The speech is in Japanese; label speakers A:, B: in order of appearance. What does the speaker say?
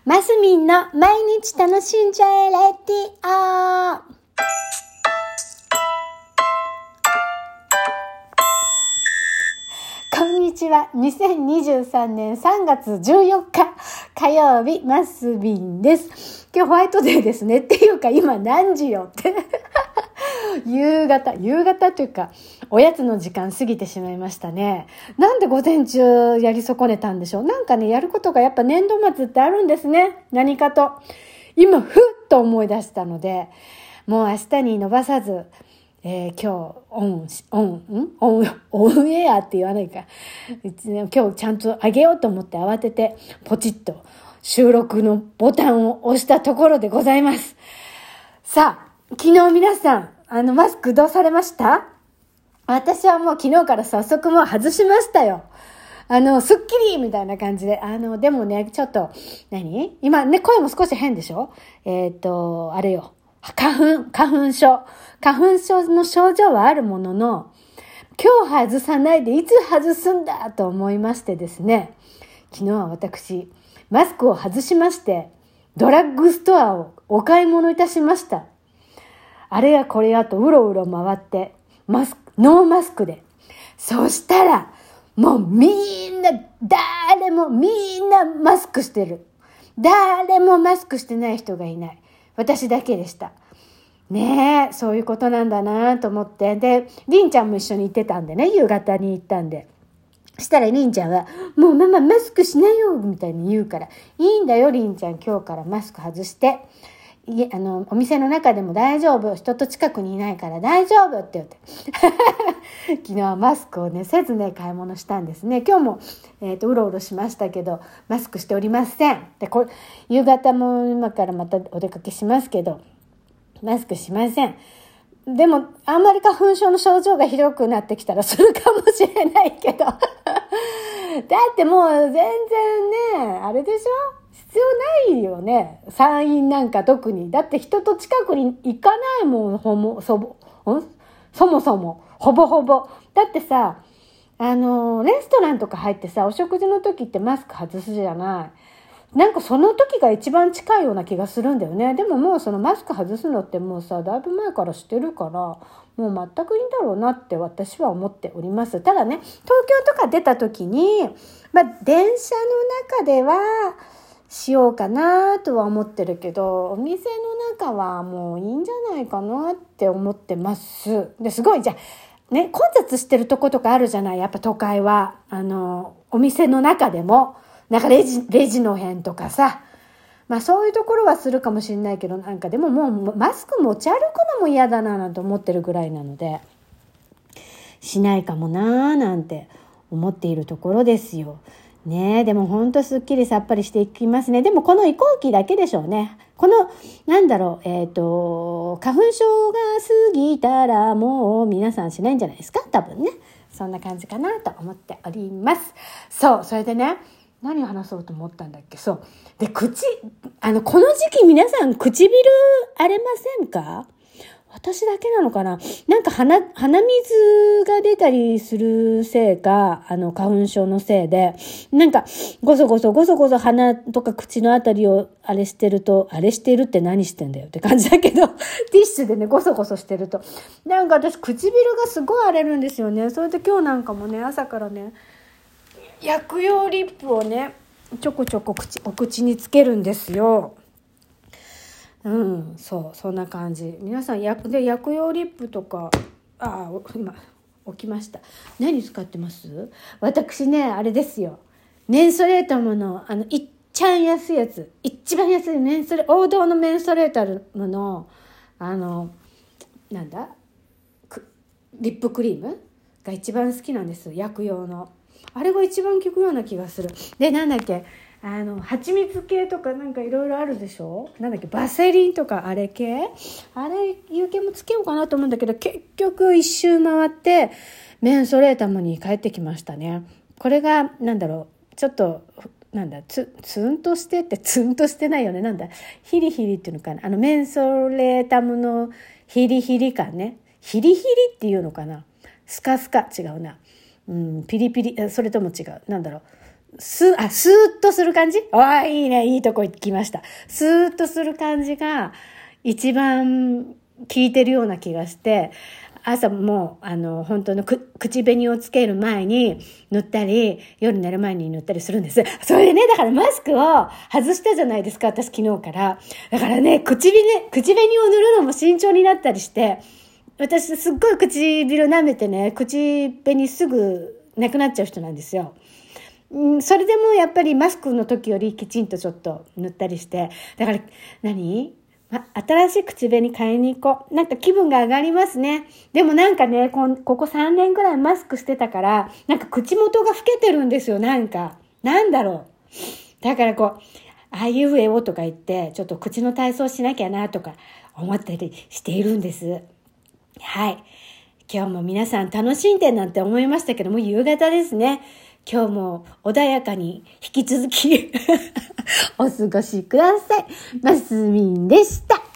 A: マスミンの毎日楽しんじゃえレディオ。こんにちは。2023年3月14日火曜日、マスミンです。今日ホワイトデーですね。っていうか今何時よって夕方というかおやつの時間過ぎてしまいましたね。なんで午前中やり損ねたんでしょう。なんかね、やることがやっぱ年度末ってあるんですね。何かと今ふっと思い出したので、もう明日に伸ばさず、今日オンエアって言わないか、今日ちゃんとあげようと思って慌ててポチッと収録のボタンを押したところでございます。さあ、昨日皆さんマスクどうされました？私はもう昨日から早速もう外しましたよ。すっきりみたいな感じで。でもね、ちょっと、今ね、声も少し変でしょ？あれよ。花粉症の症状はあるものの、今日外さないでいつ外すんだと思いましてですね、昨日は私、マスクを外しまして、ドラッグストアをお買い物いたしました。あれやこれやとうろうろ回って、ノーマスクで。そしたら、もう誰もみんなマスクしてる。誰もマスクしてない人がいない。私だけでした。ねえ、そういうことなんだなと思って。で、りんちゃんも一緒に行ってたんでね、夕方に行ったんで。したらりんちゃんは、もうマママスクしないよみたいに言うから、いいんだよりんちゃん、今日からマスク外して。お店の中でも大丈夫。人と近くにいないから大丈夫って言って。昨日はマスクをね、せずね、買い物したんですね。今日も、うろうろしましたけど、マスクしておりません。で、夕方も今からまたお出かけしますけど、マスクしません。でも、あんまり花粉症の症状がひどくなってきたらするかもしれないけど。だってもう全然ね、あれでしょ？必要ないよね。山陰なんか特に。だって人と近くに行かないもん、そもそも。ほぼほぼ。だってさ、レストランとか入ってさ、お食事の時ってマスク外すじゃない。なんかその時が一番近いような気がするんだよね。でももうそのマスク外すのってもうさ、だいぶ前からしてるから、もう全くいいんだろうなって私は思っております。ただね、東京とか出た時に、電車の中では、しようかなとは思ってるけど、お店の中はもういいんじゃないかなって思ってます。ですごいじゃあね、混雑してるとことかあるじゃない、やっぱ都会はお店の中でもなんかレジの辺とかさ、そういうところはするかもしれないけど、なんかでももうマスク持ち歩くのも嫌だななんて思ってるぐらいなので、しないかもなーなんて思っているところですよ。ねえ、でもほんとすっきりさっぱりしていきますね。でもこの移行期だけでしょうね。この、花粉症が過ぎたらもう皆さんしないんじゃないですか？多分ね。そんな感じかなと思っております。そう、それでね、何を話そうと思ったんだっけ？そう。で、この時期皆さん唇荒れませんか？私だけなのかな？なんか鼻水が出たりするせいか、花粉症のせいで、なんかごそごそ鼻とか口のあたりをあれしてるって何してんだよって感じだけど、ティッシュでね、ごそごそしてると。なんか私唇がすごい荒れるんですよね。それで今日なんかもね、朝からね、薬用リップをね、ちょこちょこお口につけるんですよ。そんな感じ。皆さん薬用リップとか、今起きました。何使ってます？私ね、あれですよ。メンソレータムのいっちゃん安いやつ、一番安い王道のメンソレータムのリップクリームが一番好きなんです。薬用のあれが一番効くような気がする。で、蜂蜜系とかなんかいろいろあるでしょ？バセリンとかあれ有系もつけようかなと思うんだけど、結局一周回ってメンソレータムに帰ってきましたね。これがちょっとツンとしてってツンとしてないよね。ヒリヒリっていうのかな。メンソレータムのヒリヒリ感ね。ヒリヒリっていうのかな。スカスカ違うな。ピリピリ、それとも違う。 スーッとする感じ？いいね。いいとこ行きました。スーッとする感じが一番効いてるような気がして、朝も本当の口紅をつける前に塗ったり、夜寝る前に塗ったりするんです。それでね、だからマスクを外したじゃないですか、私昨日から。だからね、口紅を塗るのも慎重になったりして、私すっごい唇舐めてね、口紅すぐなくなっちゃう人なんですよ。それでもやっぱりマスクの時よりきちんとちょっと塗ったりして、だから新しい口紅買いに行こう。なんか気分が上がりますね。でもなんかね、ここ3年くらいマスクしてたから、なんか口元が老けてるんですよ、なんだろう。だからああいうえおとか言って、ちょっと口の体操しなきゃなとか思ったりしているんです。はい。今日も皆さん楽しんでなんて思いましたけども、夕方ですね。今日も穏やかに引き続きお過ごしください。マスミンでした。